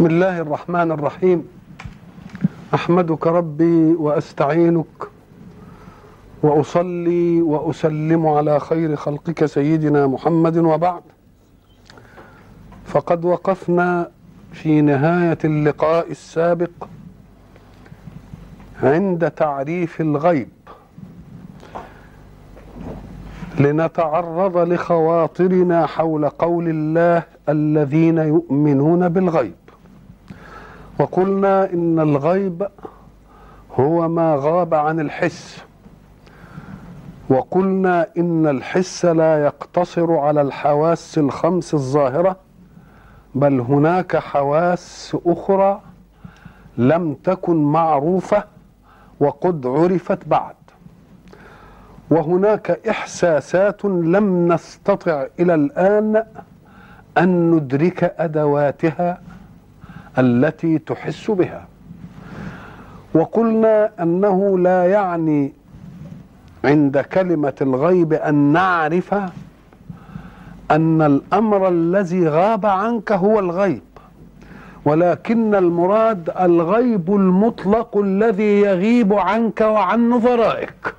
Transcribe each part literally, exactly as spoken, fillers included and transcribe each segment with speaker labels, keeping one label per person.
Speaker 1: بسم الله الرحمن الرحيم. أحمدك ربي وأستعينك وأصلي وأسلم على خير خلقك سيدنا محمد، وبعد، فقد وقفنا في نهاية اللقاء السابق عند تعريف الغيب لنتعرض لخواطرنا حول قول الله الذين يؤمنون بالغيب. وقلنا إن الغيب هو ما غاب عن الحس، وقلنا إن الحس لا يقتصر على الحواس الخمس الظاهرة، بل هناك حواس أخرى لم تكن معروفة وقد عرفت بعد، وهناك إحساسات لم نستطع إلى الآن أن ندرك أدواتها التي تحس بها. وقلنا أنه لا يعني عند كلمة الغيب أن نعرف أن الأمر الذي غاب عنك هو الغيب، ولكن المراد الغيب المطلق الذي يغيب عنك وعن نظرائك.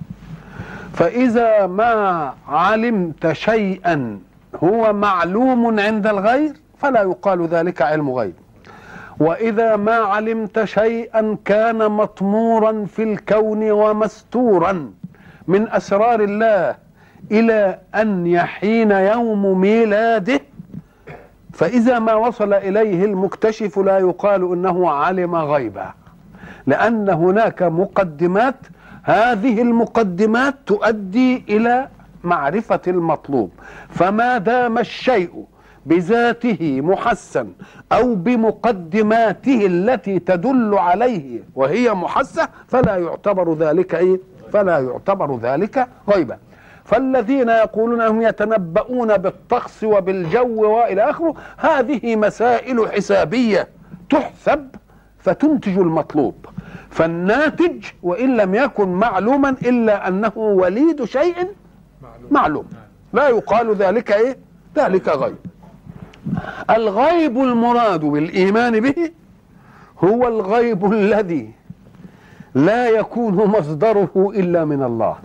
Speaker 1: فإذا ما علمت شيئا هو معلوم عند الغير فلا يقال ذلك علم غيب، وإذا ما علمت شيئا كان مطمورا في الكون ومستورا من أسرار الله إلى أن يحين يوم ميلاده، فإذا ما وصل إليه المكتشف لا يقال إنه علم غيبا، لأن هناك مقدمات، هذه المقدمات تؤدي إلى معرفة المطلوب. فما دام الشيء بذاته محسن أو بمقدماته التي تدل عليه وهي محسة فلا يعتبر ذلك إيه؟ فلا يعتبر ذلك غيبا. فالذين يقولون أنهم يتنبؤون بالطقس وبالجو وإلى آخره، هذه مسائل حسابية تحسب فتنتج المطلوب. فالناتج وإن لم يكن معلوما إلا أنه وليد شيء معلوم، لا يقال ذلك إيه؟ ذلك غيب. الغيب المراد بالإيمان به هو الغيب الذي لا يكون مصدره إلا من الله.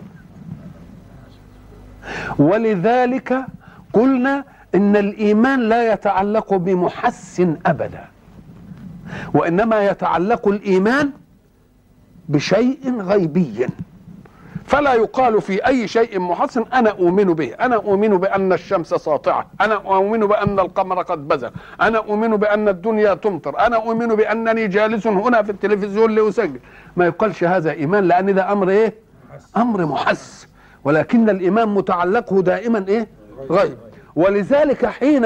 Speaker 1: ولذلك قلنا إن الإيمان لا يتعلق بمحس أبدا، وإنما يتعلق الإيمان بشيء غيبي. فلا يقال في أي شيء محسن أنا أؤمن به، أنا أؤمن بأن الشمس ساطعة، أنا أؤمن بأن القمر قد بزغ، أنا أؤمن بأن الدنيا تمطر، أنا أؤمن بأنني جالس هنا في التلفزيون لأسجل. ما يقالش هذا إيمان، لأن ده أمر إيه؟ أمر محس. ولكن الإيمان متعلقه دائما إيه؟ غيب. ولذلك حين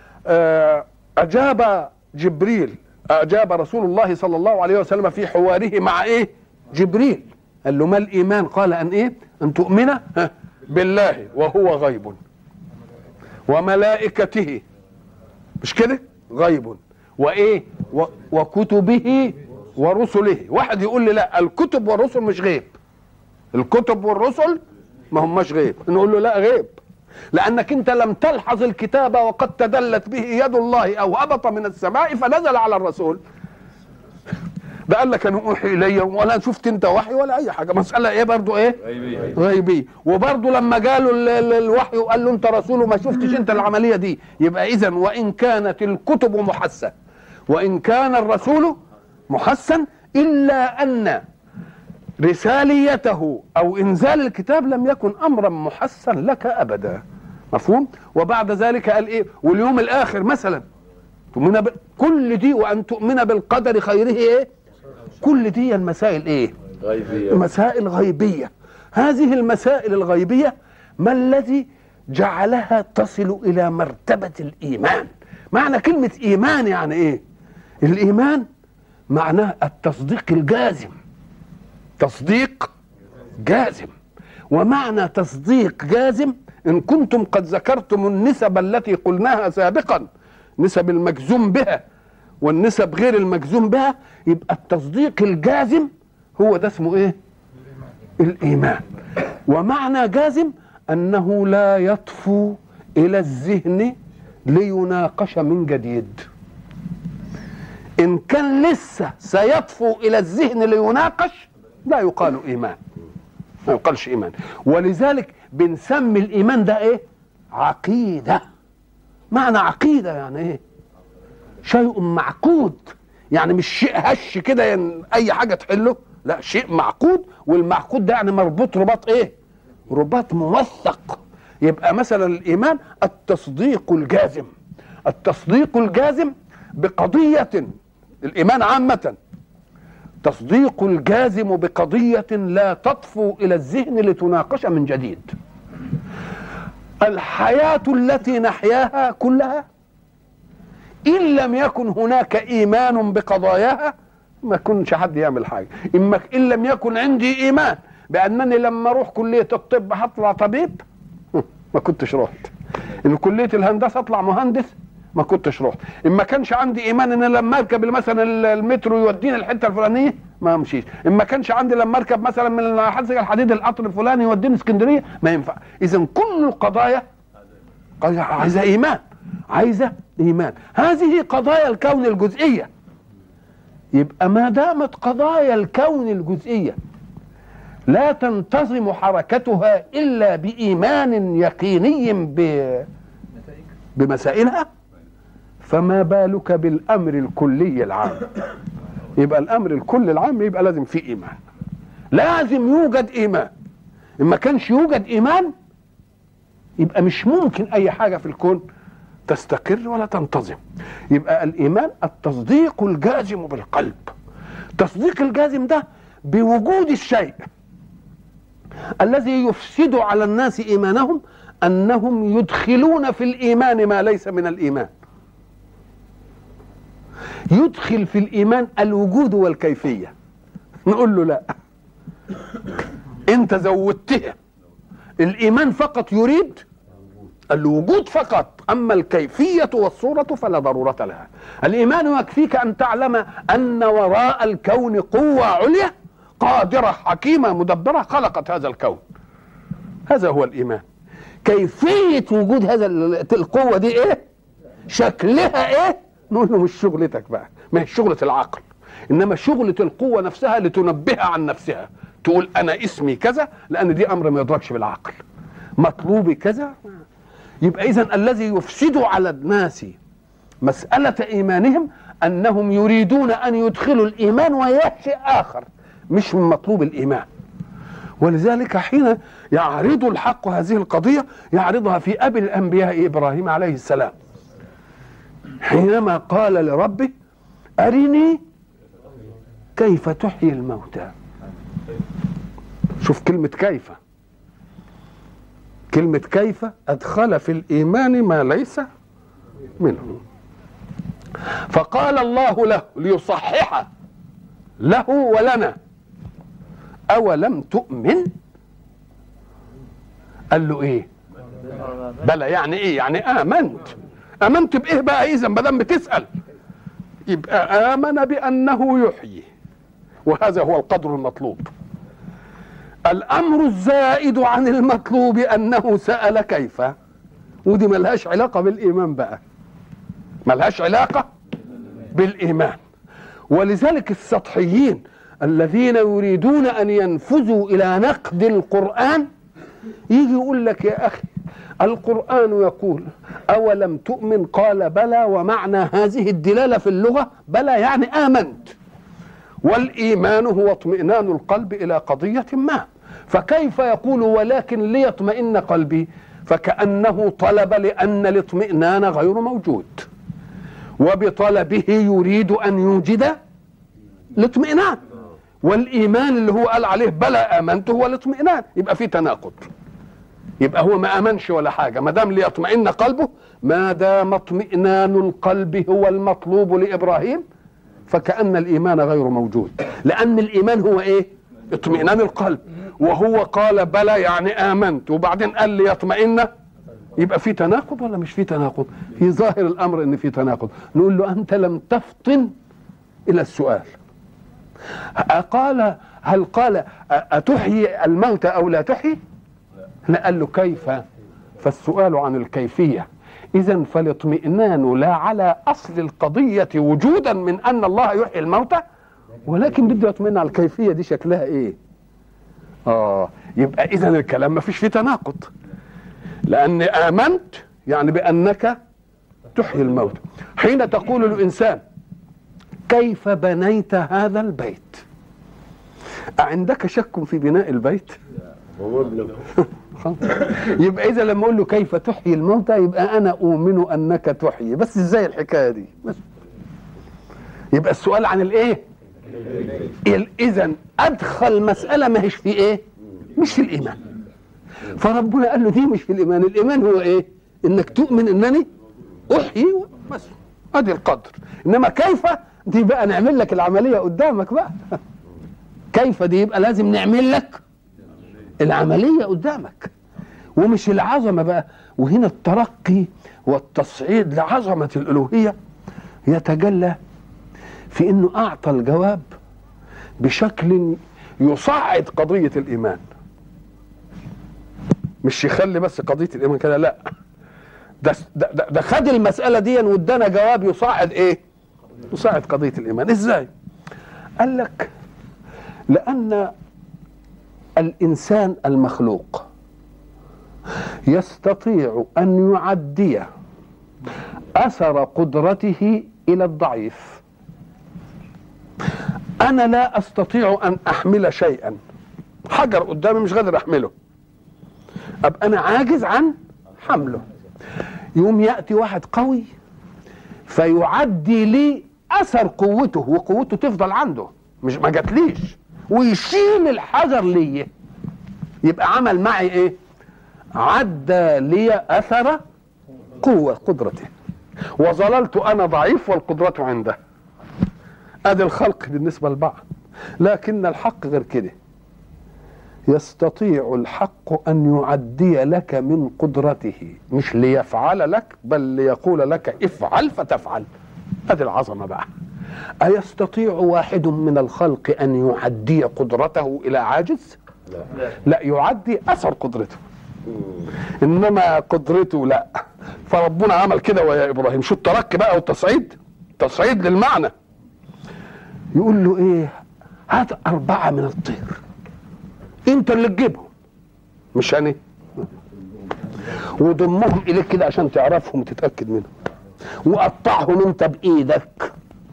Speaker 1: أجاب جبريل أجاب رسول الله صلى الله عليه وسلم في حواره مع إيه؟ جبريل، قال له ما الإيمان؟ قال أن إيه؟ أن تؤمن بالله وهو غيب، وملائكته، مش كده؟ غيب، وإيه؟ وكتبه ورسله. واحد يقول لي لا، الكتب والرسل مش غيب، الكتب والرسل ما هماش غيب. نقول له لا، غيب، لأنك أنت لم تلحظ الكتاب وقد تدلت به يد الله أو هبط من السماء فنزل على الرسول. ده قال لك أنا أوحي إلي، ولا شفت أنت وحي ولا أي حاجة. مسألة إيه برضو؟ إيه؟ غيبية. غيبية. وبرضو لما قالوا الوحي وقال له أنت رسول وما شفتش أنت العملية دي، يبقى إذن وإن كانت الكتب محسن وإن كان الرسول محسن، إلا أن رساليته أو إنزال الكتاب لم يكن أمرا محسن لك أبدا. مفهوم؟ وبعد ذلك قال إيه؟ واليوم الآخر مثلا، تؤمن ب... كل دي، وأن تؤمن بالقدر خيره إيه؟ كل دي المسائل إيه؟ غيبية. مسائل غيبية. هذه المسائل الغيبية ما الذي جعلها تصل إلى مرتبة الإيمان؟ معنى كلمة إيمان يعني إيه؟ الإيمان معناه التصديق الجازم، تصديق جازم. ومعنى تصديق جازم، إن كنتم قد ذكرتم النسب التي قلناها سابقا، نسب المجزوم بها والنسب غير المجزوم بها، يبقى التصديق الجازم هو ده اسمه ايه؟ الإيمان. ومعنى جازم أنه لا يطفو إلى الذهن ليناقش من جديد. إن كان لسه سيطفو إلى الذهن ليناقش لا يقال إيمان، ما يقالش إيمان. ولذلك بنسمي الإيمان ده إيه؟ عقيدة. معنى عقيدة يعني إيه؟ شيء معقود، يعني مش شيء هش كده يعني أي حاجة تحله، لا، شيء معقود. والمعقود ده يعني مربوط رباط إيه؟ رباط موثق. يبقى مثلا الإيمان التصديق الجازم، التصديق الجازم بقضية. الإيمان عامة تصديق الجازم بقضية لا تطفو إلى الذهن لتناقش من جديد. الحياة التي نحياها كلها إن لم يكن هناك إيمان بقضاياها ما كنش حد يعمل حاجة. إما إن لم يكن عندي إيمان بأنني لما أروح كلية الطب هطلع طبيب ما كنتش رحت. إن كلية الهندسة أطلع مهندس ما كنتش رحت. إن ما كانش عندي إيمان إن لما أركب مثلا المترو يوديني الحتة الفلانية ما أمشيش. إن ما كانش عندي لما أركب مثلا من حدث الحديد القطر الفلاني يوديني اسكندرية ما ينفع. إذا كل القضايا عايزة إيمان، عايزة إيمان. هذه قضايا الكون الجزئية. يبقى ما دامت قضايا الكون الجزئية لا تنتظم حركتها إلا بإيمان يقيني بمسائلها، فما بالك بالأمر الكلي العام؟ يبقى الأمر الكلي العام يبقى لازم فيه إيمان، لازم يوجد إيمان. إن ما كانش يوجد إيمان يبقى مش ممكن أي حاجة في الكون تستقر ولا تنتظم. يبقى الإيمان التصديق الجازم بالقلب. تصديق الجازم ده بوجود الشيء الذي يفسد على الناس إيمانهم، أنهم يدخلون في الإيمان ما ليس من الإيمان. يدخل في الإيمان الوجود والكيفية، نقول له لا، أنت زودتها. الإيمان فقط يريد الوجود فقط، أما الكيفية والصورة فلا ضرورة لها. الإيمان يكفيك أن تعلم أن وراء الكون قوة عليا قادرة حكيمة مدبرة خلقت هذا الكون. هذا هو الإيمان. كيفية وجود هذا القوة دي إيه؟ شكلها إيه؟ نقول له مش شغلتك بقى، ما هي شغلة العقل، إنما شغلة القوة نفسها لتنبه عن نفسها، تقول أنا اسمي كذا، لأن دي أمر ما يدركش بالعقل. مطلوبي كذا. يبقى إذن الذي يفسد على الناس مسألة إيمانهم أنهم يريدون أن يدخلوا الإيمان وهي شيء آخر مش من مطلوب الإيمان. ولذلك حين يعرض الحق هذه القضية يعرضها في أبي الأنبياء إبراهيم عليه السلام، حينما قال لربه أرني كيف تحيي الموتى. شوف كلمة كيف، كلمة كيف أدخل في الإيمان ما ليس منه. فقال الله له ليصحح له ولنا أولم تؤمن؟ قال له إيه؟ بلى. يعني إيه؟ يعني آمنت. آمنت بإيه بقى؟ إذا ما دام بتسأل يبقى آمن بأنه يحيي، وهذا هو القدر المطلوب. الأمر الزائد عن المطلوب أنه سأل كيف، ودي ملهاش علاقة بالإيمان بقى، ملهاش علاقة بالإيمان. ولذلك السطحيين الذين يريدون أن ينفذوا إلى نقد القرآن يجي يقول لك يا أخي القرآن يقول أولم تؤمن؟ قال بلى، ومعنى هذه الدلالة في اللغة بلى يعني آمنت، والإيمان هو اطمئنان القلب إلى قضية ما. فكيف يقول ولكن ليطمئن قلبي؟ فكأنه طلب لأن الاطمئنان غير موجود، وبطلبه يريد أن يوجد الاطمئنان. والإيمان اللي هو قال عليه بلى آمنت هو الاطمئنان، يبقى في تناقض. يبقى هو ما آمنش ولا حاجة ما دام ليطمئن قلبه. ما دام اطمئنان القلب هو المطلوب لإبراهيم فكأن الإيمان غير موجود، لأن الإيمان هو إيه؟ اطمئنان القلب. وهو قال بلى يعني آمنت، وبعدين قال لي يطمئن، يبقى في تناقض ولا مش في تناقض؟ في ظاهر الأمر إن في تناقض. نقول له أنت لم تفطن إلى السؤال. قال هل قال أتحيي الموت أو لا تحيي؟ لا، قال له كيف، فالسؤال عن الكيفية. إذن فالاطمئنان لا على أصل القضية وجودا من أن الله يحيي الموتى، ولكن بده يطمئن على الكيفية دي شكلها إيه. آه يبقى إذن الكلام ما فيش فيه تناقض، لأن آمنت يعني بأنك تحيي الموتى. حين تقول الإنسان كيف بنيت هذا البيت، أعندك شك في بناء البيت؟ يبقى إذا لما أقول له كيف تحيي الموتى يبقى أنا أؤمن أنك تحيي، بس إزاي الحكاية دي؟ بس يبقى السؤال عن الإيه؟ إذا أدخل مسألة ما هيش في إيه؟ مش في الإيمان. فربنا قال له دي مش في الإيمان، الإيمان هو إيه؟ إنك تؤمن إنني أحيي بس، أدي القدر. إنما كيف دي بقى نعمل لك العملية قدامك بقى. كيف دي يبقى لازم نعمل لك العملية قدامك، ومش العظمة بقى. وهنا الترقي والتصعيد لعظمة الألوهية يتجلى في إنه أعطى الجواب بشكل يصعد قضية الإيمان، مش يخلي بس قضية الإيمان كده، لا ده, ده, ده خد المسألة دي وادانا جواب يصعد إيه؟ يصعد قضية الإيمان. إزاي؟ قال لك لأن الإنسان المخلوق يستطيع أن يعدي أثر قدرته إلى الضعيف. أنا لا أستطيع أن أحمل شيئا، حجر قدامي مش قادر أحمله، أبقى أنا عاجز عن حمله. يوم يأتي واحد قوي فيعدي لي أثر قوته، وقوته تفضل عنده مش ما جاتليش، ويشيل الحجر لي، يبقى عمل معي ايه؟ عدى لي اثر قوة قدرته، وظللت انا ضعيف والقدرة عنده. ادي الخلق بالنسبة لبعض، لكن الحق غير كده. يستطيع الحق ان يعدي لك من قدرته، مش ليفعل لك بل ليقول لك افعل فتفعل. ادي العظمة بقى. أيستطيع واحد من الخلق أن يعدي قدرته إلى عاجز؟ لا, لا يعدي أثر قدرته، إنما قدرته لا. فربنا عمل كده ويا إبراهيم. شو الترك بقى والتصعيد؟ تصعيد للمعنى. يقول له إيه؟ هات أربعة من الطير أنت اللي تجيبهم مش أنا، وضمهم إليك كده عشان تعرفهم وتتأكد منهم، وقطعهم أنت بإيدك،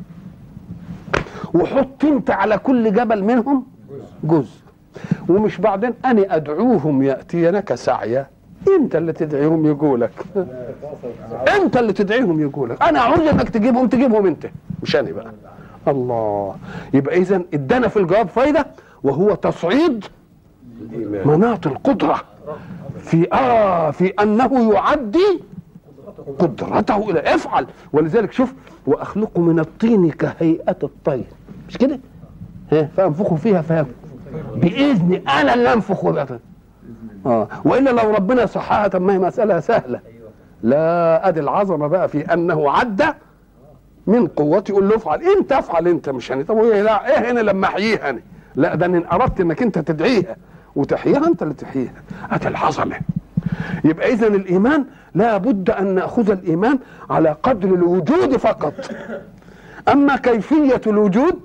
Speaker 1: وحط انت على كل جبل منهم جزء، ومش بعدين انا ادعوهم ياتينك سعيا. انت اللي تدعيهم يقولك، انت اللي تدعيهم يقولك، انا عاوز انك تجيبهم تجيبهم انت مش انا بقى. الله. يبقى اذا ادانا في الجواب فايده، وهو تصعيد مناط القدره في اه في انه يعدي قدرته الى افعل. ولذلك شوف واخلق من الطين كهيئه الطير، مش كده؟ ها فانفخوا فيها فهم باذني انا اللي انفخ وبقى. اه والا لو ربنا صحها طب ما هي مساله سهله. لا ادي العظمه بقى في انه عدى من قوتي، يقول له افعل انت، افعل انت مش انا. طب لا ايه هنا لما احييها انا؟ لا ده ان اردت انك انت تدعيها وتحييها انت اللي تحييها. ادي العظمه. يبقى اذا الايمان لا بد ان ناخذ الايمان على قدر الوجود فقط، اما كيفيه الوجود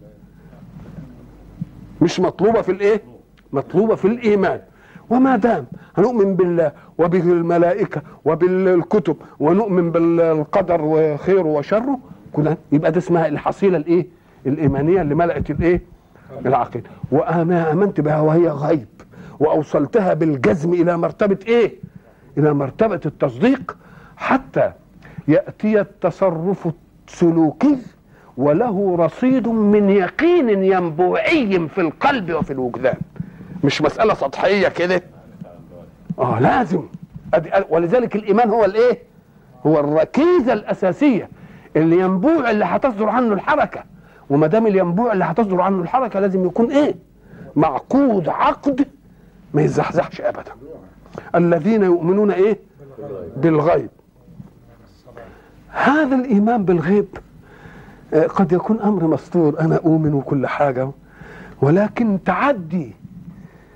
Speaker 1: مش مطلوبه في الايه؟ مطلوبه في الايمان. وما دام هنؤمن بالله وبالملائكه وبالكتب ونؤمن بالقدر وخيره وشره كلها، يبقى ده اسمها الحصيله الايه؟ الايمانيه اللي ملأت الايه؟ العقيده. وانا امنت بها وهي غيب، واوصلتها بالجزم الى مرتبه ايه؟ الى مرتبه التصديق، حتى ياتي التصرف السلوكي وله رصيد من يقين ينبوعي في القلب وفي الوجدان، مش مساله سطحيه كده. اه لازم. ولذلك الايمان هو الايه؟ هو الركيزه الاساسيه اللي ينبوع اللي هتصدر عنه الحركه. وما دام الينبوع اللي هتصدر عنه الحركه لازم يكون ايه؟ معقود عقد ما يزحزحش ابدا. الذين يؤمنون ايه؟ بالغيب. هذا الايمان بالغيب قد يكون امر مستور، انا اؤمن وكل حاجه، ولكن تعدي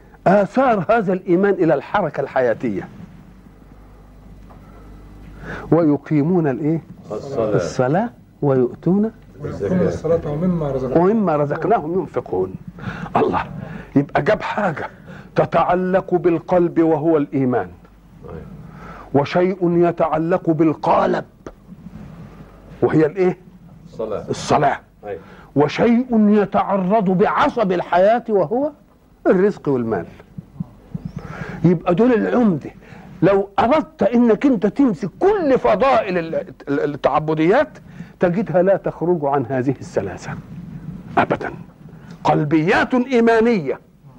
Speaker 1: اثار هذا الايمان الى الحركه الحياتيه، ويقيمون الايه؟
Speaker 2: الصلاة,
Speaker 1: الصلاة ويؤتون
Speaker 3: الصلاة ومما رزقناهم
Speaker 1: ومما رزقناهم ينفقون. الله، يبقى جاب حاجة تتعلق بالقلب وهو الإيمان، وشيء يتعلق بالقالب وهي الايه؟
Speaker 2: الصلاة
Speaker 1: الصلاة، وشيء يتعرض بعصب الحياة وهو الرزق والمال. يبقى دول العمدة. لو أردت إنك أنت تمسك كل فضائل التعبديات تجدها لا تخرج عن هذه الثلاثة أبدا. قلبيات إيمانية،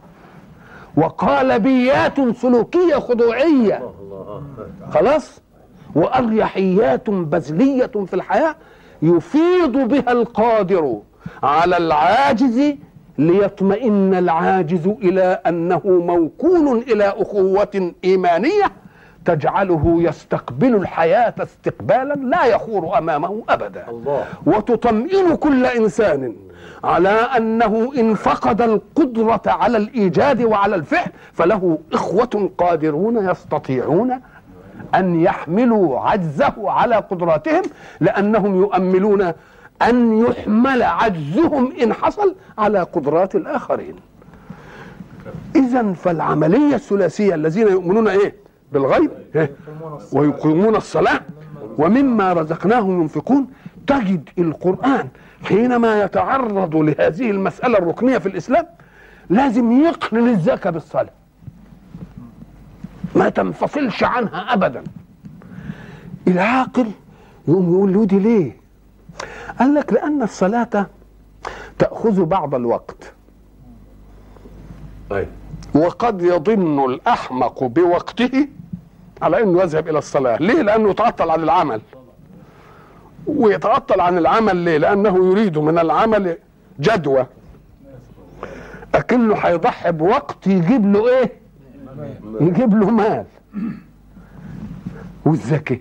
Speaker 1: وقالبيات سلوكية خضوعية، خلاص، وأريحيات بذلية في الحياة يفيض بها القادر على العاجز ليطمئن العاجز إلى أنه موكول إلى أخوة إيمانية تجعله يستقبل الحياة استقبالا لا يخور أمامه أبدا. الله. وتطمئن كل إنسان على أنه إن فقد القدرة على الإيجاد وعلى الفعل فله إخوة قادرون يستطيعون أن يحملوا عجزه على قدراتهم، لأنهم يؤملون أن يحمل عجزهم إن حصل على قدرات الآخرين. إذن فالعملية الثلاثية الذين يؤمنون إيه؟ بالغيب إيه؟ ويقيمون الصلاة ومما رزقناهم ينفقون. تجد القرآن حينما يتعرض لهذه المسألة الركنية في الإسلام لازم يقرن الزكاة بالصلاة، ما تنفصلش عنها أبدا. العاقل يقوم يقول له دي ليه؟ قال لك لأن الصلاة تأخذ بعض الوقت، أي. وقد يظن الأحمق بوقته على أنه يذهب إلى الصلاة. ليه؟ لأنه يتعطل عن العمل. ويتعطل عن العمل ليه؟ لأنه يريد من العمل جدوى، أكنه هيضحي بوقت يجيب له إيه؟ يجيب له مال. والزكاة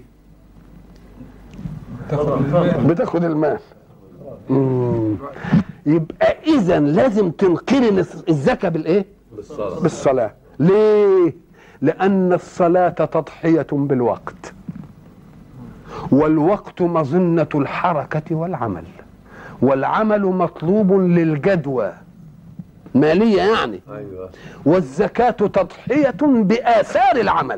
Speaker 1: بتاخد المال. مم. يبقى إذا لازم تنقرن الزكاة بالإيه؟ بالصلاة. بالصلاة. ليه؟ لأن الصلاة تضحية بالوقت، والوقت مظنة الحركة والعمل، والعمل مطلوب للجدوى مالية يعني. أيوة. والزكاة تضحية بآثار العمل.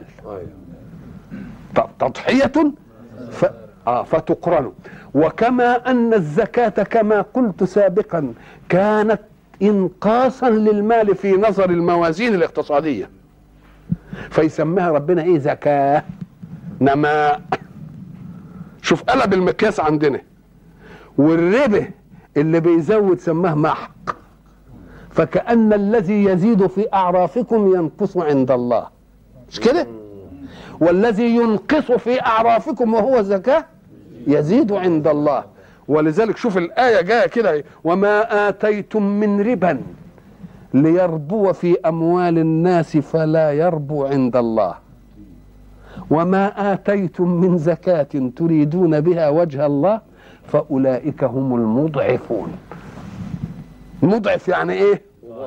Speaker 1: أيوة. تضحية ف... آه فتقرن. وكما أن الزكاة كما قلت سابقا كانت إنقاصا للمال في نظر الموازين الاقتصادية، فيسميها ربنا إيه؟ زكاة نماء. شوف قلب المقياس عندنا، والربا اللي بيزود سماه محق. فكأن الذي يزيد في أعرافكم ينقص عند الله، مش كده؟ والذي ينقص في أعرافكم وهو زكاة يزيد عند الله. ولذلك شوف الآية جاية كده: وما آتيتم من ربا ليربو في أموال الناس فلا يربو عند الله، وما آتيتم من زكاة تريدون بها وجه الله فأولئك هم المضعفون. المضعف يعني إيه؟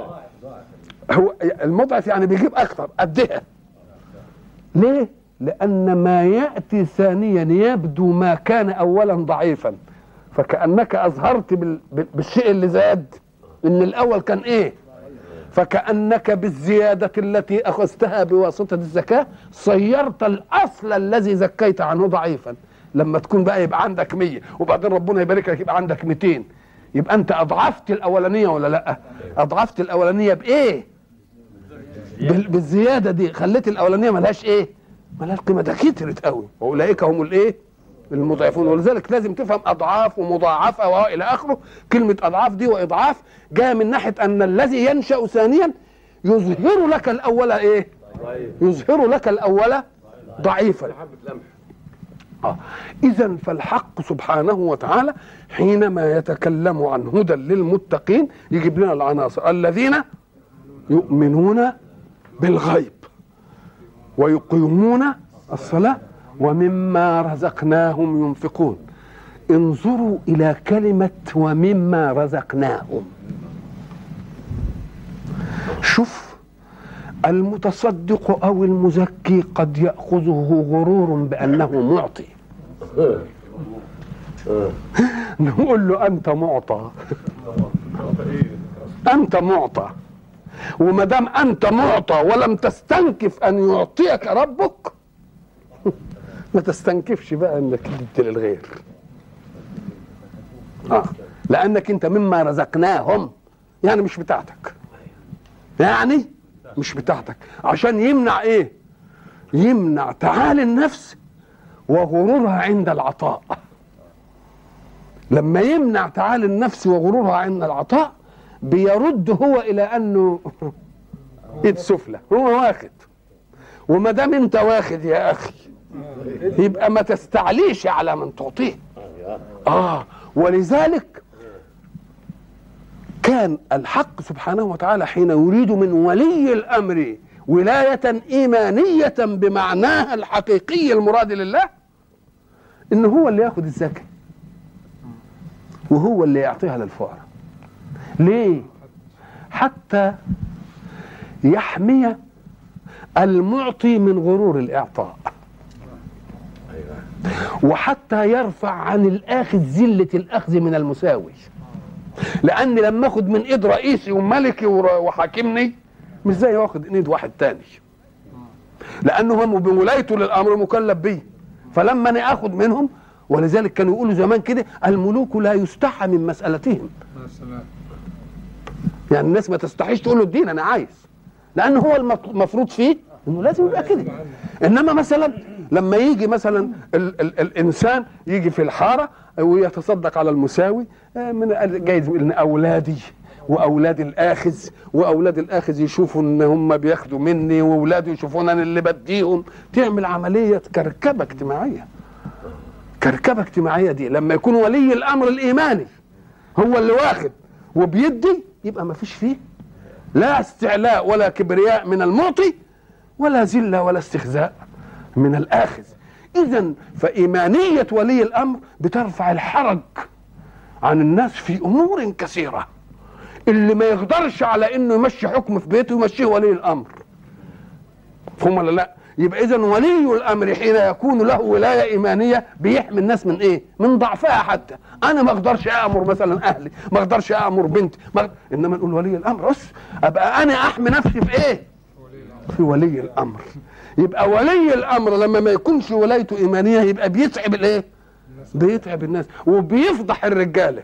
Speaker 1: هو المضعف يعني بيجيب أكثر قدها. ليه؟ لأن ما يأتي ثانيا يبدو ما كان أولا ضعيفا، فكأنك أظهرت بالشيء اللي زاد إن الأول كان إيه؟ فكأنك بالزيادة التي أخذتها بواسطة الزكاة صيرت الأصل الذي زكيت عنه ضعيفا. لما تكون بقى يبقى عندك مية وبعدين ربنا يبارك لك يبقى عندك ميتين، يبقى أنت أضعفت الأولانية ولا لأ؟ أضعفت الأولانية بإيه؟ بالزيادة دي خليت الأولانية ملهاش إيه؟ ملهاش قيمة، ده كترت قوي. وأولئك هم الإيه؟ المضاعفون. ولذلك لازم تفهم أضعاف ومضاعفة وإلى آخره. كلمة أضعاف دي وإضعاف جاء من ناحية أن الذي ينشأ ثانيا يظهر لك الأول إيه؟ يظهر لك الأول ضعيفا. آه. إذن فالحق سبحانه وتعالى حينما يتكلم عن هدى للمتقين يجيب لنا العناصر: الذين يؤمنون بالغيب ويقيمون الصلاة ومما رزقناهم ينفقون. انظروا إلى كلمة ومما رزقناهم. شوف، المتصدق أو المزكي قد يأخذه غرور بأنه معطي، نقول له انت معطى، انت معطى، وما دام انت معطى ولم تستنكف ان يعطيك ربك ما تستنكفش بقى انك تدي للغير. اه لانك انت مما رزقناهم، يعني مش بتاعتك، يعني مش بتاعتك، عشان يمنع ايه؟ يمنع تعالي النفس وغرورها عند العطاء. لما يمنع تعالي النفس وغرورها عند العطاء بيرد هو الى انه ايد سفلى، هو واخد، وما دام انت واخد يا اخي يبقى ما تستعليش على من تعطيه. اه ولذلك كان الحق سبحانه وتعالى حين يريد من ولي الامر ولاية ايمانية بمعناها الحقيقي المراد لله ان هو اللي ياخد الزكاة وهو اللي يعطيها للفقراء. ليه؟ حتى يحمي المعطي من غرور الاعطاء، وحتى يرفع عن الاخذ ذلة الاخذ من المساوي. لان لما اخد من ايد رئيسي وملكي وحاكمني مش زي واخد ايد واحد تاني، لانه هم بولايته للامر مكلف بيه. فلما انا اخد منهم، ولذلك كانوا يقولوا زمان كده الملوك لا يستحى من مسألتهم، يعني الناس ما تستحيش تقول له الدين انا عايز، لان هو المفروض فيه انه لازم يبقى كده. انما مثلا لما يجي مثلا ال ال الانسان يجي في الحاره ويتصدق على المساوي، من جايز ان اولادي واولاد الاخذ واولاد الاخذ يشوفوا ان هم بياخدوا مني، واولادي يشوفون انا اللي بديهم، تعمل عمليه كركبه اجتماعيه. كركبه اجتماعيه دي لما يكون ولي الامر الايماني هو اللي واخد وبيدي، يبقى ما فيش فيه لا استعلاء ولا كبرياء من المعطي، ولا ذله ولا استخزاء من الاخذ. اذا فايمانيه ولي الامر بترفع الحرج عن الناس في امور كثيره. اللي ما يقدرش على انه يمشي حكم في بيته يمشيه ولي الامر، فهم ولا لا؟ يبقى اذا ولي الامر حين يكون له ولايه ايمانيه بيحمي الناس من ايه؟ من ضعفها. حتى انا ما اقدرش امر مثلا اهلي، ما اقدرش امر بنتي، ما... انما نقول ولي الامر بس ابقى انا احمي نفسي في ايه؟ في ولي الامر. يبقى ولي الامر لما ما يكونش ولايته ايمانيه يبقى بيتعب الايه؟ بيتعب الناس وبيفضح الرجاله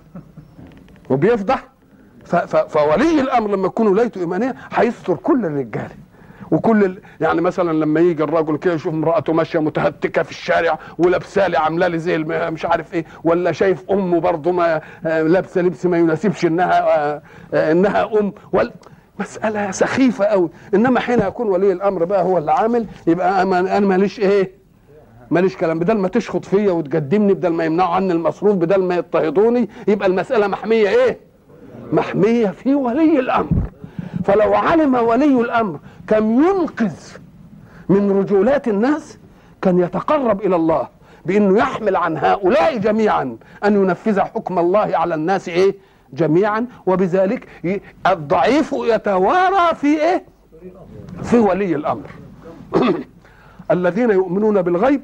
Speaker 1: وبيفضح. ف... ف... فولي الامر لما يكون ولايته ايمانيه هيستر كل الرجاله وكل ال... يعني مثلا لما يجي الرجل كده يشوف امراته ماشيه متهتكه في الشارع ولابسه لي عامله لي زي مش عارف ايه، ولا شايف امه برضه ما لابسه لبس ما يناسبش انها انها ام، ولا مساله سخيفه قوي. انما حين يكون ولي الامر بقى هو اللي عامل، يبقى انا ماليش ايه؟ ماليش كلام. بدل ما تشخط فيا وتقدمني، بدل ما يمنعوا عني المصروف، بدل ما يضطهدوني، يبقى المساله محميه ايه؟ محميه في ولي الامر. فلو علم ولي الامر كم ينقذ من رجولات الناس كان يتقرب الى الله بانه يحمل عن هؤلاء جميعا ان ينفذ حكم الله على الناس ايه؟ جميعا. وبذلك الضعيف يتوارى في ايه؟ في ولي الامر. الذين يؤمنون بالغيب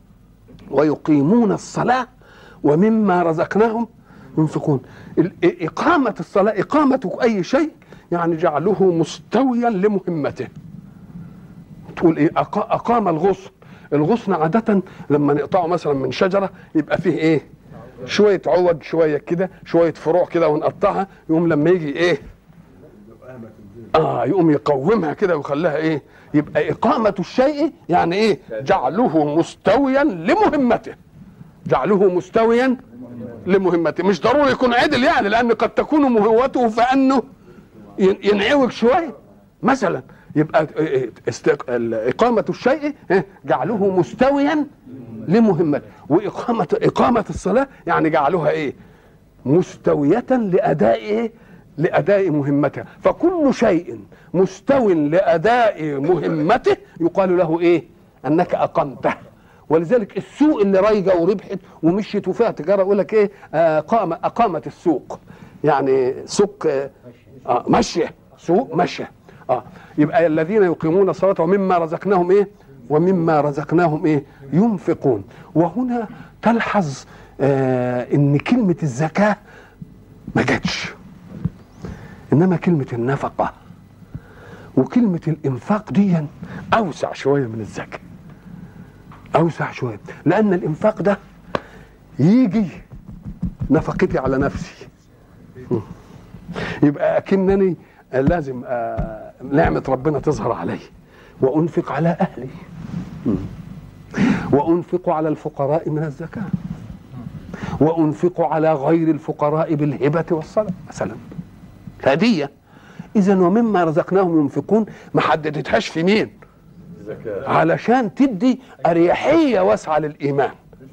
Speaker 1: ويقيمون الصلاة ومما رزقناهم ينفقون. إقامة الصلاة، إقامة أي شيء يعني جعله مستويا لمهمته. تقول إيه؟ أقام الغصن. الغصن عادة لما نقطعه مثلا من شجرة يبقى فيه إيه؟ شوية عود، شوية كده، شوية فروع كده ونقطعها، يقوم لما يجي إيه؟ آه يقوم يقومها كده ويخليها إيه؟ يبقى إقامة الشيء يعني إيه؟ جعله مستويا لمهمته. جعله مستويا لمهمته. مش ضروري يكون عدل يعني، لأن قد تكون مهوته فأنه ينعوج شوية مثلا. يبقى إقامة الشيء جعله مستويا لمهمته. وإقامة إقامة الصلاة يعني جعلها إيه؟ مستوية لأداء إيه؟ لأداء مهمتها. فكل شيء مستو لأداء مهمته يقال له إيه؟ أنك أقمته. ولذلك السوق اللي رايجة وربحت ومشيت وفيها تجارة يقول لك إيه؟ أقام أقامت السوق، يعني سوق آه مشية، سوق مشية. آه يبقى الذين يقيمون الصلاة ومما رزقناهم إيه؟ ومما رزقناهم ايه ينفقون. وهنا تلحظ آه ان كلمة الزكاة ما جاتش، انما كلمة النفقة وكلمة الانفاق دي اوسع شوية من الزكاة، اوسع شوية، لان الانفاق ده يجي نفقتي على نفسي، يبقى اكنني لازم آه نعمة ربنا تظهر علي، وانفق على اهلي، وانفق على الفقراء من الزكاة، وانفق على غير الفقراء بالهبة والصدقة مثلا، هدية. اذا ومما رزقناهم ينفقون ما حددتهاش في مين؟ الزكاة، علشان تدي اريحية واسعة للايمان،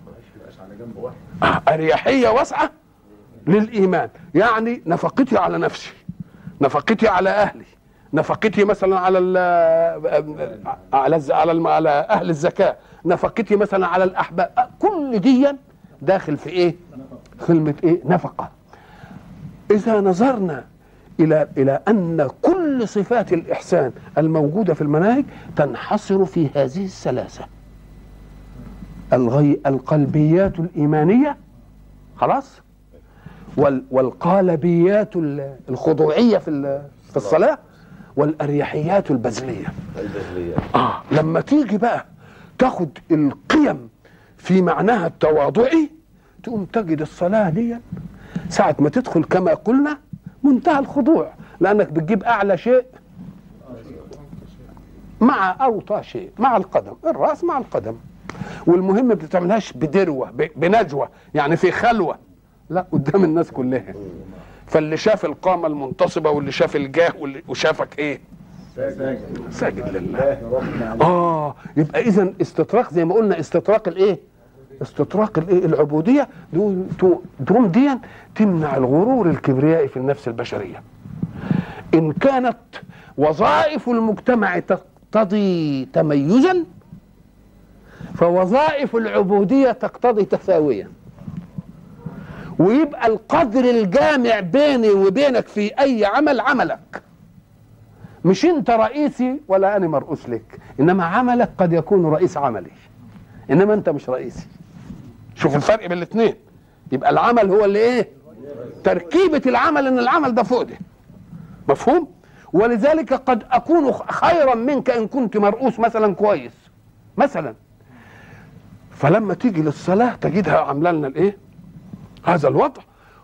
Speaker 1: اريحية واسعة للايمان. يعني نفقتي على نفسي، نفقتي على اهلي، نفقتي مثلا على ال على ال على, على اهل الزكاه، نفقتي مثلا على الاحباب، كل دي داخل في ايه؟ كلمه ايه؟ نفقه. اذا نظرنا الى الى ان كل صفات الاحسان الموجوده في المناهج تنحصر في هذه الثلاثه: الغي القلبيات الايمانيه خلاص، والقالبيات الخضوعيه في في الصلاه، والاريحيات البذليه. اه لما تيجي بقى تاخد القيم في معناها التواضعي، تقوم تجد الصلاه دي ساعه ما تدخل كما قلنا منتهى الخضوع، لانك بتجيب اعلى شيء مع اوطى شيء، مع القدم، الراس مع القدم. والمهم ما بتعملهاش بدروه بنجوه، يعني في خلوه، لا، قدام الناس كلها. فاللي شاف القامة المنتصبة واللي شاف الجاه واللي وشافك ايه؟ ساجد ساجد لله. اه يبقى اذا استطراق زي ما قلنا، استطراق الايه؟ استطراق الايه؟ العبودية. دروم دي تمنع الغرور الكبريائي في النفس البشرية. ان كانت وظائف المجتمع تقتضي تميزا، فوظائف العبودية تقتضي تساويا، ويبقى القدر الجامع بيني وبينك في اي عمل عملك، مش انت رئيسي ولا انا مرؤوس لك، انما عملك قد يكون رئيس عملي، انما انت مش رئيسي. شوف الفرق بين الاثنين. يبقى العمل هو اللي ايه؟ تركيبة العمل، ان العمل ده فوق ده، مفهوم؟ ولذلك قد اكون خيرا منك ان كنت مرؤوس مثلا كويس مثلا، فلما تيجي للصلاة تجدها عامله لنا الايه؟ هذا الوضع.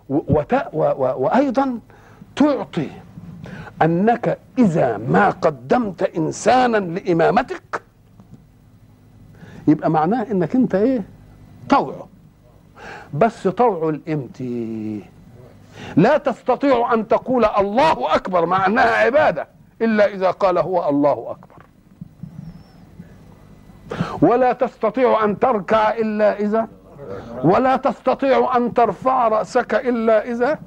Speaker 1: وأيضا تعطي أنك إذا ما قدمت إنسانا لإمامتك يبقى معناه إنك أنت إيه؟ طوعه، بس طوعه الإمتي. لا تستطيع أن تقول الله أكبر مع أنها عبادة إلا إذا قال هو الله أكبر، ولا تستطيع أن تركع إلا إذا، ولا تستطيع أن ترفع رأسك إلا إذا.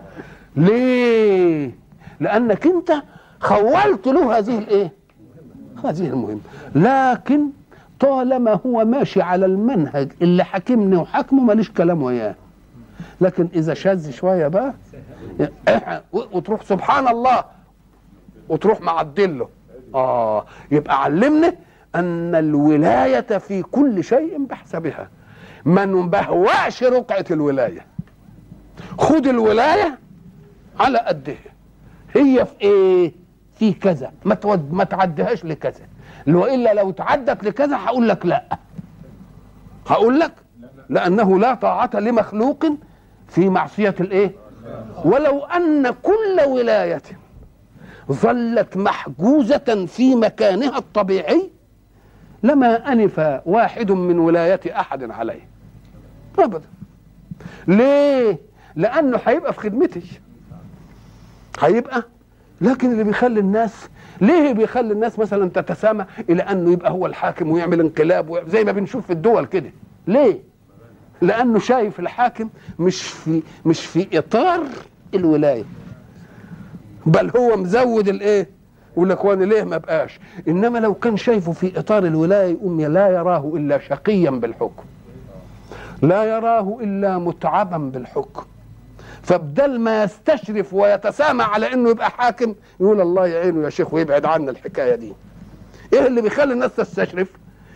Speaker 1: ليه؟ لأنك أنت خولت له هذه الإيه؟ هذه المهمة. لكن طالما هو ماشي على المنهج اللي حكمني وحكمه ماليش كلام وياه. لكن إذا شاذ شوية بقى وتروح سبحان الله وتروح معدله، آه يبقى علمني أن الولاية في كل شيء بحسبها، ما نبهوأش رقعة الولاية. خد الولاية على قدها، هي في ايه؟ في كذا، ما تود ما تعديهاش لكذا، والا لو تعدت لكذا هقول لك لا، هقول لك لانه لا طاعة لمخلوق في معصية الايه؟ ولو ان كل ولاية ظلت محجوزة في مكانها الطبيعي لما أنف واحد من ولاية أحد عليه أبدا. ليه؟ لأنه هيبقى في خدمتي، هيبقى. لكن اللي بيخلي الناس، ليه بيخلي الناس مثلا تتسامى إلى أنه يبقى هو الحاكم ويعمل انقلاب زي ما بنشوف في الدول كده؟ ليه؟ لأنه شايف الحاكم مش في مش في إطار الولاية، بل هو مزود الإيه؟ يقول لك وانا ليه ما بقاش. انما لو كان شايفه في اطار الولايه يقوم لا يراه الا شقيا بالحكم، لا يراه الا متعبا بالحكم، فبدل ما يستشرف ويتسامى على انه يبقى حاكم يقول الله يعينه يا شيخ ويبعد عنا الحكايه دي. ايه اللي بيخلي الناس تستشرف؟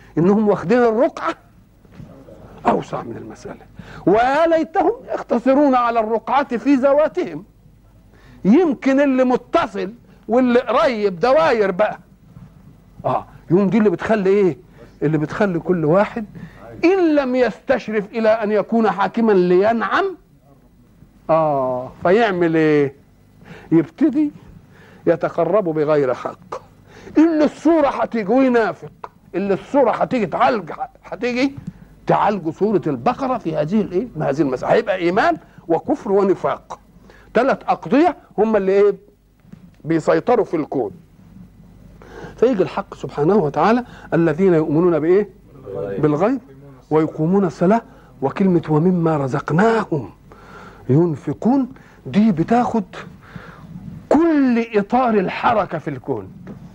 Speaker 1: انهم واخدين الرقعه اوسع من المساله، ويا ليتهم يقتصرون على الرقعه في ذواتهم. يمكن اللي متصل واللي قريب دواير بقى، اه يوم دي اللي بتخلي ايه؟ اللي بتخلي كل واحد ان لم يستشرف الى ان يكون حاكما لينعم، اه فيعمل ايه؟ يبتدي يتقرب بغير حق. اللي الصورة هتيجي وينافق، اللي الصورة هتيجي تعالج، هتيجي تعالج صورة البقرة في هذه الايه؟ هذه المسألة. هيبقى ايمان وكفر ونفاق، ثلاث اقضية هم اللي ايه؟ بيسيطروا في الكون. فيجي الحق سبحانه وتعالى الذين يؤمنون بايه؟ بالغيب ويقومون الصلاة، وكلمة ومما رزقناهم ينفقون دي بتاخد كل اطار الحركه في الكون،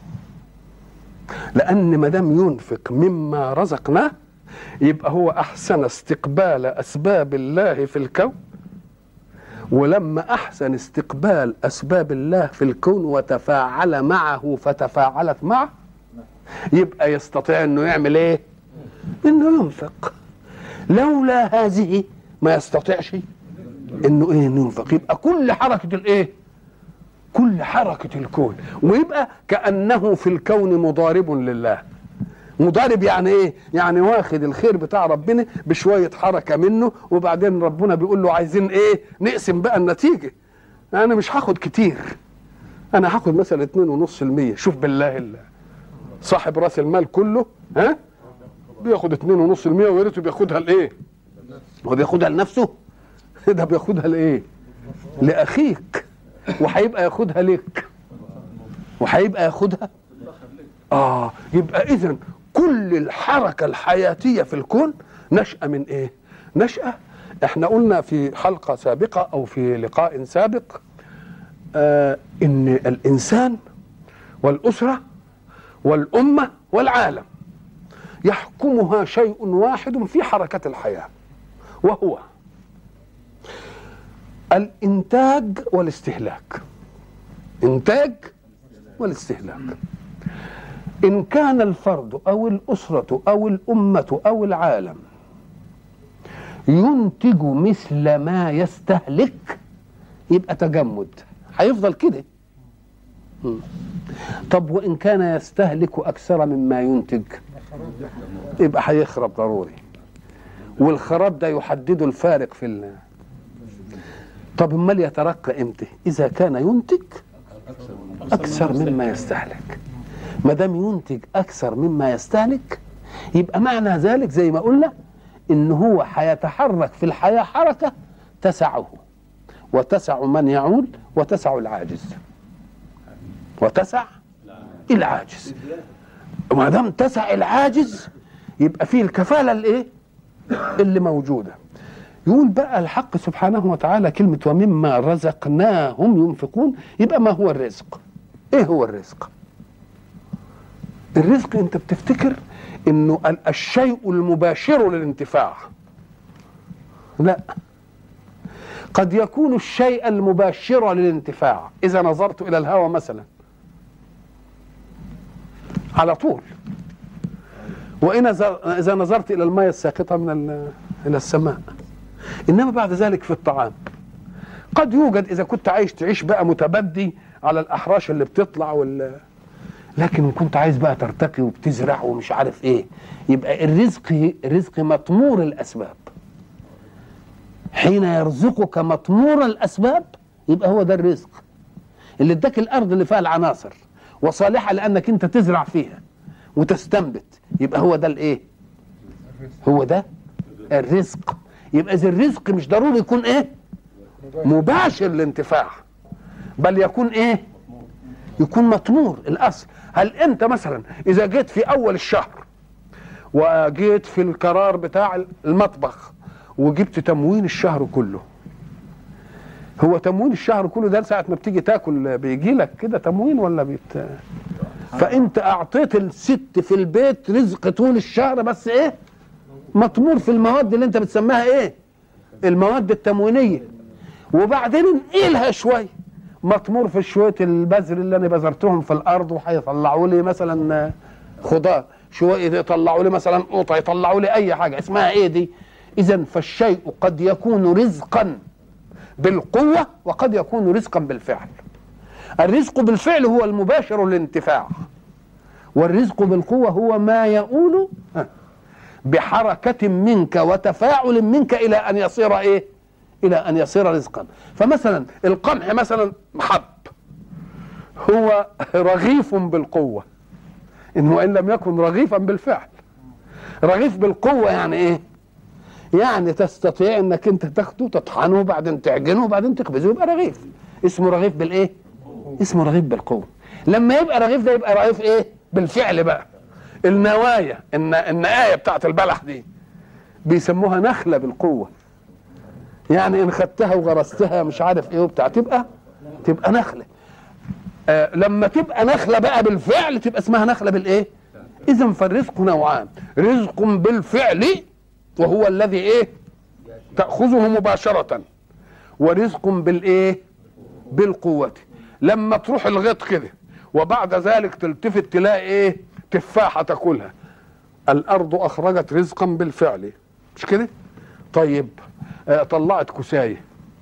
Speaker 1: لان ما دام ينفق مما رزقناه يبقى هو احسن استقبال اسباب الله في الكون، ولما احسن استقبال اسباب الله في الكون وتفاعل معه فتفاعلت معه، يبقى يستطيع انه يعمل ايه؟ انه ينفق. لولا هذه ما يستطيعش انه ايه؟ انه ينفق. يبقى كل حركه الايه؟ كل حركة الكون، ويبقى كأنه في الكون مضارب لله. مضارب يعني ايه؟ يعني واخد الخير بتاع ربنا بشوية حركة منه، وبعدين ربنا بيقول له عايزين ايه؟ نقسم بقى النتيجة. انا مش هاخد كتير، انا هاخد مثلا اتنين ونص المية. شوف بالله الله، صاحب راس المال كله ها بياخد اتنين ونص المية، ويا ريته بياخدها لايه؟ هو بياخدها لنفسه؟ ده بياخدها لايه؟ لاخيك، وهيبقى ياخدها لك، وهيبقى ياخدها اه يبقى اذن كل الحركه الحياتيه في الكون نشأة من ايه؟ نشأة. احنا قلنا في حلقه سابقه او في لقاء سابق آه ان الانسان والاسره والامه والعالم يحكمها شيء واحد في حركه الحياه، وهو الانتاج والاستهلاك. انتاج والاستهلاك. ان كان الفرد او الاسره او الامه او العالم ينتج مثل ما يستهلك يبقى تجمد، هيفضل كده. طب وان كان يستهلك اكثر مما ينتج يبقى هيخرب ضروري، والخراب ده يحدد الفارق في ال طب امال يترقى امتى؟ اذا كان ينتج اكثر مما يستهلك. ما دام ينتج اكثر مما يستهلك يبقى معنى ذلك زي ما قلنا ان هو هيتحرك في الحياه حركه تسعه وتسع من يعول وتسع العاجز، وتسع العاجز. وما دام تسع العاجز يبقى فيه الكفاله الايه؟ اللي موجوده. يقول بقى الحق سبحانه وتعالى كلمة ومما رزقناهم ينفقون. يبقى ما هو الرزق؟ ايه هو الرزق؟ الرزق انت بتفتكر انه الشيء المباشر للانتفاع. لا، قد يكون الشيء المباشر للانتفاع اذا نظرت الى الهواء مثلا على طول، وإن اذا نظرت الى الماء الساقطة من الى السماء. انما بعد ذلك في الطعام قد يوجد اذا كنت عايش تعيش بقى متبدي على الاحراش اللي بتطلع وال لكن ان كنت عايز بقى ترتقي وبتزرع ومش عارف ايه، يبقى الرزق الرزق مطمور الاسباب. حين يرزقك مطمور الاسباب يبقى هو ده الرزق اللي اداك الارض اللي فيها العناصر وصالحه لانك انت تزرع فيها وتستنبت، يبقى هو ده الايه؟ هو ده الرزق. يبقى اذا الرزق مش ضروري يكون ايه؟ مباشر للانتفاع، بل يكون ايه؟ يكون مطمور الاصل. هل انت مثلا اذا جيت في اول الشهر وجيت في القرار بتاع المطبخ وجبت تموين الشهر كله، هو تموين الشهر كله ده ساعة ما بتيجي تاكل بيجي لك كده تموين ولا بيت؟ فانت اعطيت الست في البيت رزق طول الشهر، بس ايه؟ مطمور في المواد اللي انت بتسميها ايه؟ المواد التموينية. وبعدين انقلها شوية مطمور في شوية البذر اللي انا بذرتهم في الارض وهيطلعوا لي مثلا خضار. شويه يطلعوا لي مثلا قوطه، يطلعوا لي اي حاجه، اسمها ايه دي؟ اذا فالشيء قد يكون رزقا بالقوه وقد يكون رزقا بالفعل. الرزق بالفعل هو المباشر للانتفاع، والرزق بالقوه هو ما يؤول بحركه منك وتفاعل منك الى ان يصير ايه؟ الى ان يصير رزقا. فمثلا القمح مثلا حب هو رغيف بالقوه، انه ان لم يكن رغيفا بالفعل. رغيف بالقوه يعني ايه؟ يعني تستطيع انك انت تاخده تطحنه وبعدين تعجنه وبعدين تخبزه يبقى رغيف. اسمه رغيف بالايه؟ اسمه رغيف بالقوه. لما يبقى رغيف ده يبقى رغيف ايه؟ بالفعل بقى. النوايا الن... النقايه بتاعت البلح دي بيسموها نخله بالقوه. يعني ان خدتها وغرستها مش عارف ايه وبتاع تبقى تبقى نخله. آه لما تبقى نخله بقى بالفعل تبقى اسمها نخله بالايه؟ اذا فالرزق نوعان، رزق بالفعل وهو الذي ايه؟ تأخذه مباشرة، ورزق بالايه؟ بالقوة. لما تروح الغيط كده وبعد ذلك تلتفت تلاقي ايه؟ تفاحة تاكلها. الارض اخرجت رزقا بالفعل، مش كده؟ طيب آه طلعت كساية،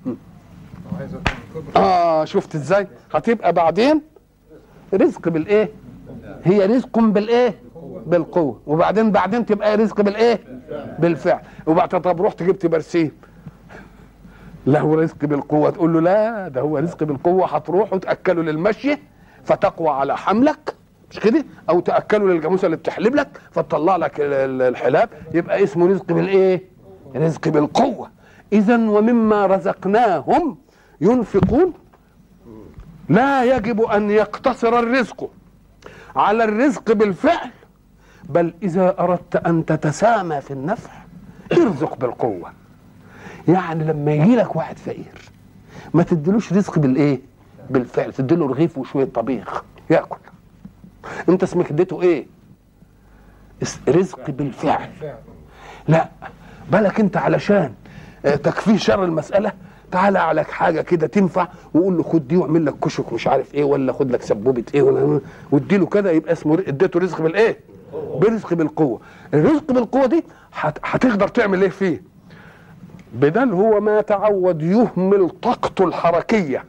Speaker 1: اه شفت ازاي؟ هتبقى بعدين رزق بالايه؟ هي رزق بالايه؟ بالقوه. وبعدين بعدين تبقى رزق بالايه؟ بالفعل. وبعد طب رحت جبت برسيم له رزق بالقوه، تقول له لا ده هو رزق بالقوه. هتروح وتاكله للمشي فتقوى على حملك، مش كده؟ او تاكله للجاموسه اللي بتحلب لك فتطلع لك الحلاب، يبقى اسمه رزق بالايه؟ رزق بالقوه. اذا ومما رزقناهم ينفقون. لا يجب ان يقتصر الرزق على الرزق بالفعل، بل إذا أردت أن تتسامى في النفع ارزق بالقوة. يعني لما يجي لك واحد فقير ما تدلوش رزق بالإيه؟ بالفعل، تديله رغيف وشوية طبيخ يأكل. أنت اسمك اديته إيه؟ رزق بالفعل. لا بالك أنت علشان تكفيه شر المسألة تعالى عليك حاجة كده تنفع وقول له خد دي واعمل لك كشك مش عارف إيه، ولا خد لك سبوبة إيه، ولا واديله كده، يبقى اسمه اديته رزق بالإيه؟ برزق بالقوة. الرزق بالقوة دي هتقدر تعمل ايه فيه؟ بدل هو ما تعود يهمل طاقته الحركية،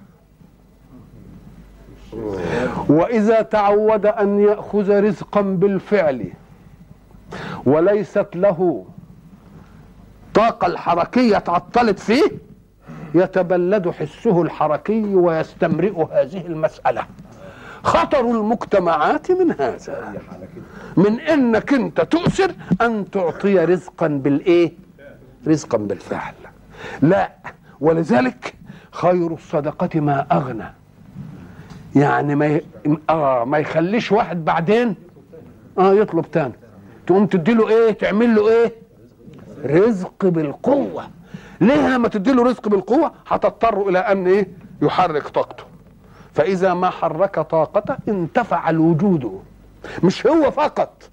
Speaker 1: وإذا تعود أن يأخذ رزقا بالفعل وليست له طاقة الحركية تعطلت فيه يتبلد حسه الحركي ويستمرئ هذه المسألة. خطر المجتمعات من هذا، من انك انت تؤثر ان تعطي رزقا بالايه؟ رزقا بالفعل. لا، ولذلك خير الصدقة ما اغنى. يعني ما ي... اه ما يخليش واحد بعدين اه يطلب تاني، تقوم تديله ايه؟ تعمل له ايه؟ رزق بالقوة. ليه لما تديله رزق بالقوة هتضطر الى ان ايه؟ يحرك طاقته. فإذا ما حرك طاقته انتفع الوجود، مش هو فقط،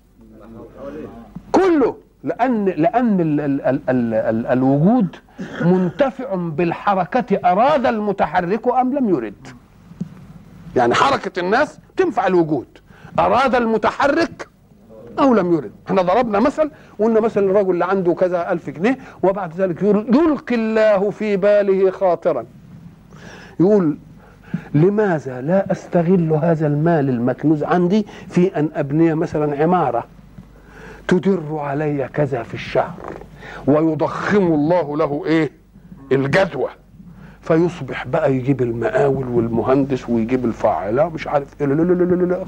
Speaker 1: كله. لأن لأن ال ال ال ال ال الوجود منتفع بالحركة، أراد المتحرك أم لم يرد. يعني حركة الناس تنفع الوجود، أراد المتحرك أو لم يرد. احنا ضربنا مثل وقلنا مثل الرجل اللي عنده كذا ألف جنيه وبعد ذلك يلقي الله في باله خاطرا، يقول لماذا لا أستغل هذا المال المكنوز عندي في أن أبني مثلا عمارة تدر علي كذا في الشهر، ويضخم الله له إيه؟ الجدوى، فيصبح بقى يجيب المقاول والمهندس ويجيب الفاعل مش عارف إيه. لا لا لا لا لا.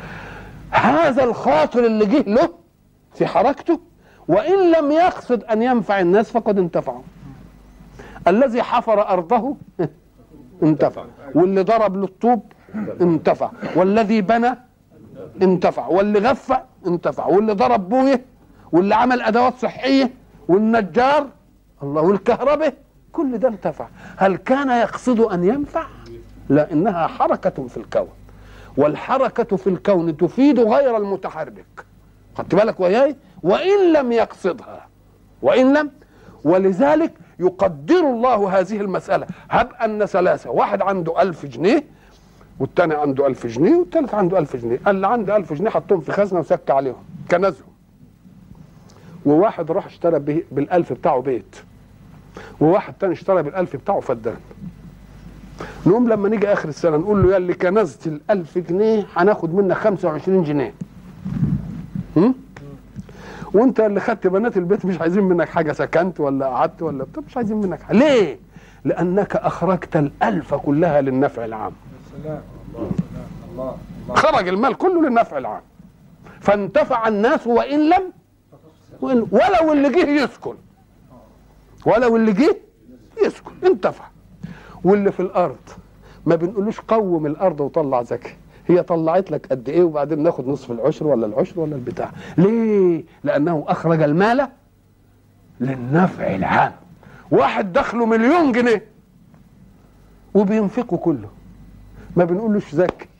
Speaker 1: هذا الخاطر اللي جه له في حركته وإن لم يقصد أن ينفع الناس فقد انتفعوا. الذي حفر أرضه انتفع، واللي ضرب للطوب انتفع، والذي بنى انتفع، واللي غفى انتفع، واللي ضرب بويه، واللي عمل ادوات صحيه، والنجار الله، والكهرباء، كل ده انتفع. هل كان يقصد ان ينفع؟ لا، انها حركه في الكون، والحركه في الكون تفيد غير المتحرك. خدت بالك وياي؟ وان لم يقصدها، وان لم. ولذلك يقدر الله هذه المسألة. هب أن ثلاثة، واحد عنده ألف جنيه والتاني عنده ألف جنيه والتالت عنده ألف جنيه. اللي عنده ألف جنيه حطهم في خزنة وسك عليهم، كنزهم، وواحد راح اشترى بالألف بتاعه بيت، وواحد تاني اشترى بالألف بتاعه فدان. نقوم لما نيجي آخر السنة نقول له يا اللي كنزت الألف جنيه هناخد منك خمسة وعشرين جنيه، هم؟ وانت اللي خدت بنات البيت مش عايزين منك حاجة، سكنت ولا قعدت ولا بتاع مش عايزين منك حاجة. ليه؟ لأنك أخرجت الألف كلها للنفع العام.
Speaker 3: الله الله الله.
Speaker 1: خرج المال كله للنفع العام، فانتفع الناس وإن لم وإن ولو اللي جه يسكن، ولو اللي جه يسكن انتفع. واللي في الأرض ما بنقولوش قوم الأرض وطلع زكاة، هي طلعت لك قد ايه وبعدين ناخد نصف العشر ولا العشر ولا البتاع. ليه؟ لأنه أخرج المال للنفع العام. واحد دخله مليون جنيه وبينفقه كله، ما بنقولوش زكي.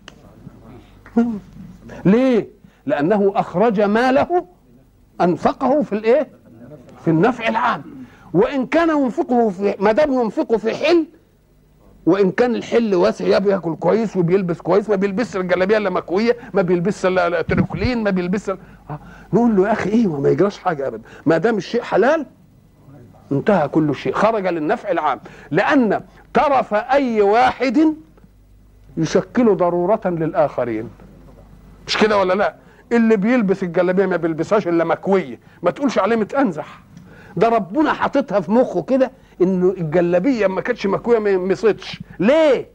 Speaker 1: ليه؟ لأنه أخرج ماله أنفقه في الإيه؟ في النفع العام. وإن كان ينفقه في ما دام ينفقه في حل، وإن كان الحل واسع، يا بياكل كويس وبيلبس كويس، ما بيلبسش الجلابيه الا مكويه، ما بيلبسش الا تريكولين، ما بيلبسش. نقول له يا اخي ايه، ما يجراش حاجه ابدا، ما دام الشيء حلال انتهى كل شيء، خرج للنفع العام. لأن طرف أي واحد يشكل ضرورة للآخرين، مش كده ولا لا؟ اللي بيلبس الجلابيه ما بيلبسهاش الا مكويه، ما تقولش عليه متأنزح، ده ربنا حاططها في مخه كده انه الجلابيه ما كانتش مكويه ما يمسطش. ليه؟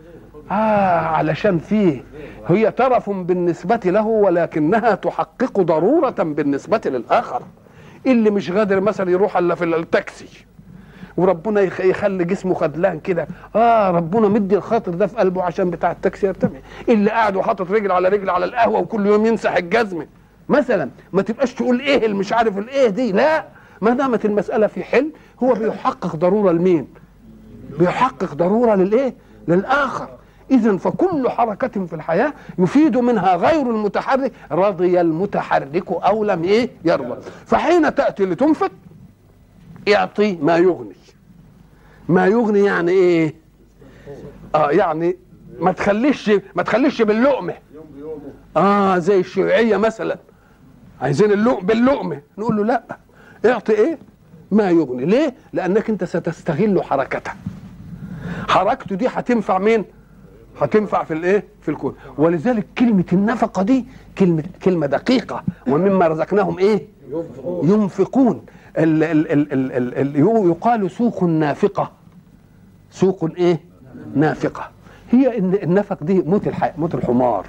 Speaker 1: اه علشان فيه هي ترف بالنسبه له ولكنها تحقق ضروره بالنسبه للاخر. اللي مش قادر مثلا يروح الا في التاكسي وربنا يخلي جسمه خدلان كده، اه ربنا مدي الخاطر ده في قلبه عشان بتاع التاكسي يرتفع. اللي قاعد وحاطط رجل على رجل على القهوه وكل يوم يمسح الجزمه مثلا، ما تبقاش تقول ايه اللي مش عارف الايه دي، لا، ما دامت المساله في حل هو بيحقق ضروره لمين؟ بيحقق ضروره للايه؟ للاخر. اذا فكل حركه في الحياه يفيد منها غير المتحرك، رضي المتحرك او لم ايه يرضى. فحين تاتي لتنفق يعطي ما يغني. ما يغني يعني ايه؟ اه يعني ما تخليش ما تخليش باللقمه، اه زي الشيوعيه مثلا عايزين اللقم باللقمه، نقول له لا، اعطي ايه؟ ما يغني. ليه؟ لانك انت ستستغل حركته، حركته دي هتنفع مين؟ هتنفع في الايه؟ في الكون. ولذلك كلمه النفقه دي كلمه كلمه دقيقه، ومما رزقناهم ايه؟ ينفقون. ال ال ال ال ال ال يقال سوق نافقه، سوق ايه؟ نافقه. هي ان النفق دي موت الح... موت الحمار.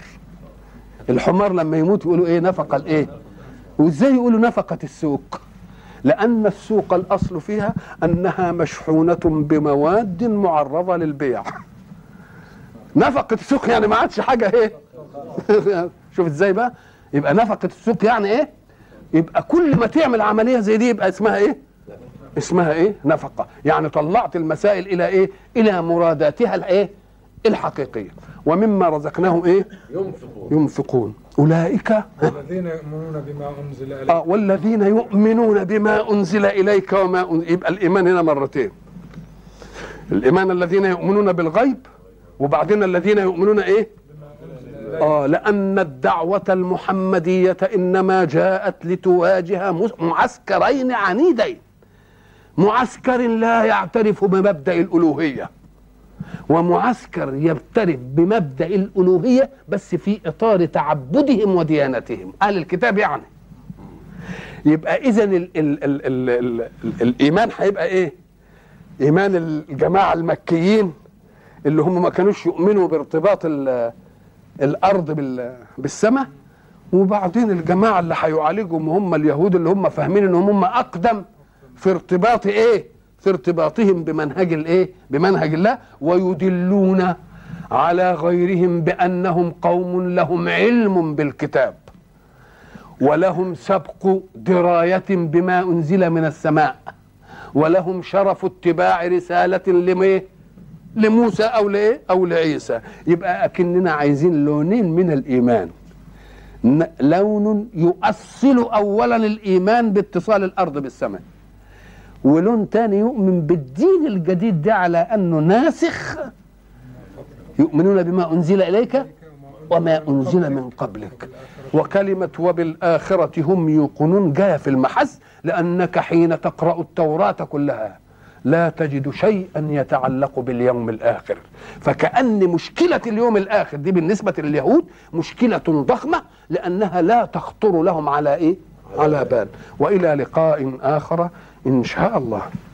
Speaker 1: الحمار لما يموت يقولوا ايه؟ نفق الايه؟ وازاي يقولوا نفقه السوق؟ لأن السوق الأصل فيها أنها مشحونة بمواد معرضة للبيع. نفقة السوق يعني ما عادش حاجة ايه؟ شوف ازاي بقى؟ يبقى نفقة السوق يعني ايه؟ يبقى كل ما تعمل عملية زي دي يبقى اسمها ايه؟ اسمها ايه؟ نفقة. يعني طلعت المسائل إلى ايه؟ إلى مراداتها الايه؟ الحقيقية. ومما رزقناهم ايه؟ ينفقون. ينفقون. أولئك
Speaker 3: الذين يؤمنون بما أنزل إليك.
Speaker 1: آه والذين يؤمنون بما أنزل إليك وما أنزل. يبقى الإيمان هنا مرتين. الإيمان الذين يؤمنون بالغيب، وبعدين الذين يؤمنون ايه؟ اه لأن الدعوة المحمدية إنما جاءت لتواجه معسكرين عنيدين، معسكر لا يعترف بمبدأ الألوهية، ومعسكر يعترف بمبدأ الألوهية بس في إطار تعبدهم وديانتهم، أهل الكتاب يعني. يبقى إذن ال ال ال ال ال ال الإيمان هيبقى إيه؟ إيمان الجماعة المكيين اللي هم ما كانوش يؤمنوا بارتباط الأرض بالسماء، وبعدين الجماعة اللي هيعالجهم هم اليهود اللي هم فاهمين إن هم أقدم في ارتباط إيه؟ في ارتباطهم بمنهج الايه؟ بمنهج الله، ويدلون على غيرهم بانهم قوم لهم علم بالكتاب ولهم سبق درايه بما انزل من السماء ولهم شرف اتباع رساله لميه؟ لموسى او لايه؟ او لعيسى. يبقى اكننا عايزين لونين من الايمان، لون يؤصل اولا الايمان باتصال الارض بالسماء، ولون تاني يؤمن بالدين الجديد ده على انه ناسخ. يؤمنون بما انزل اليك وما أنزل من قبلك. وكلمة وبالآخرة هم يوقنون جاء في المحز، لأنك حين تقرأ التوراة كلها لا تجد شيئا يتعلق باليوم الآخر، فكأن مشكلة اليوم الآخر دي بالنسبة لليهود مشكلة ضخمة، لأنها لا تخطر لهم على إيه؟ على بال. وإلى لقاء آخر إن شاء الله.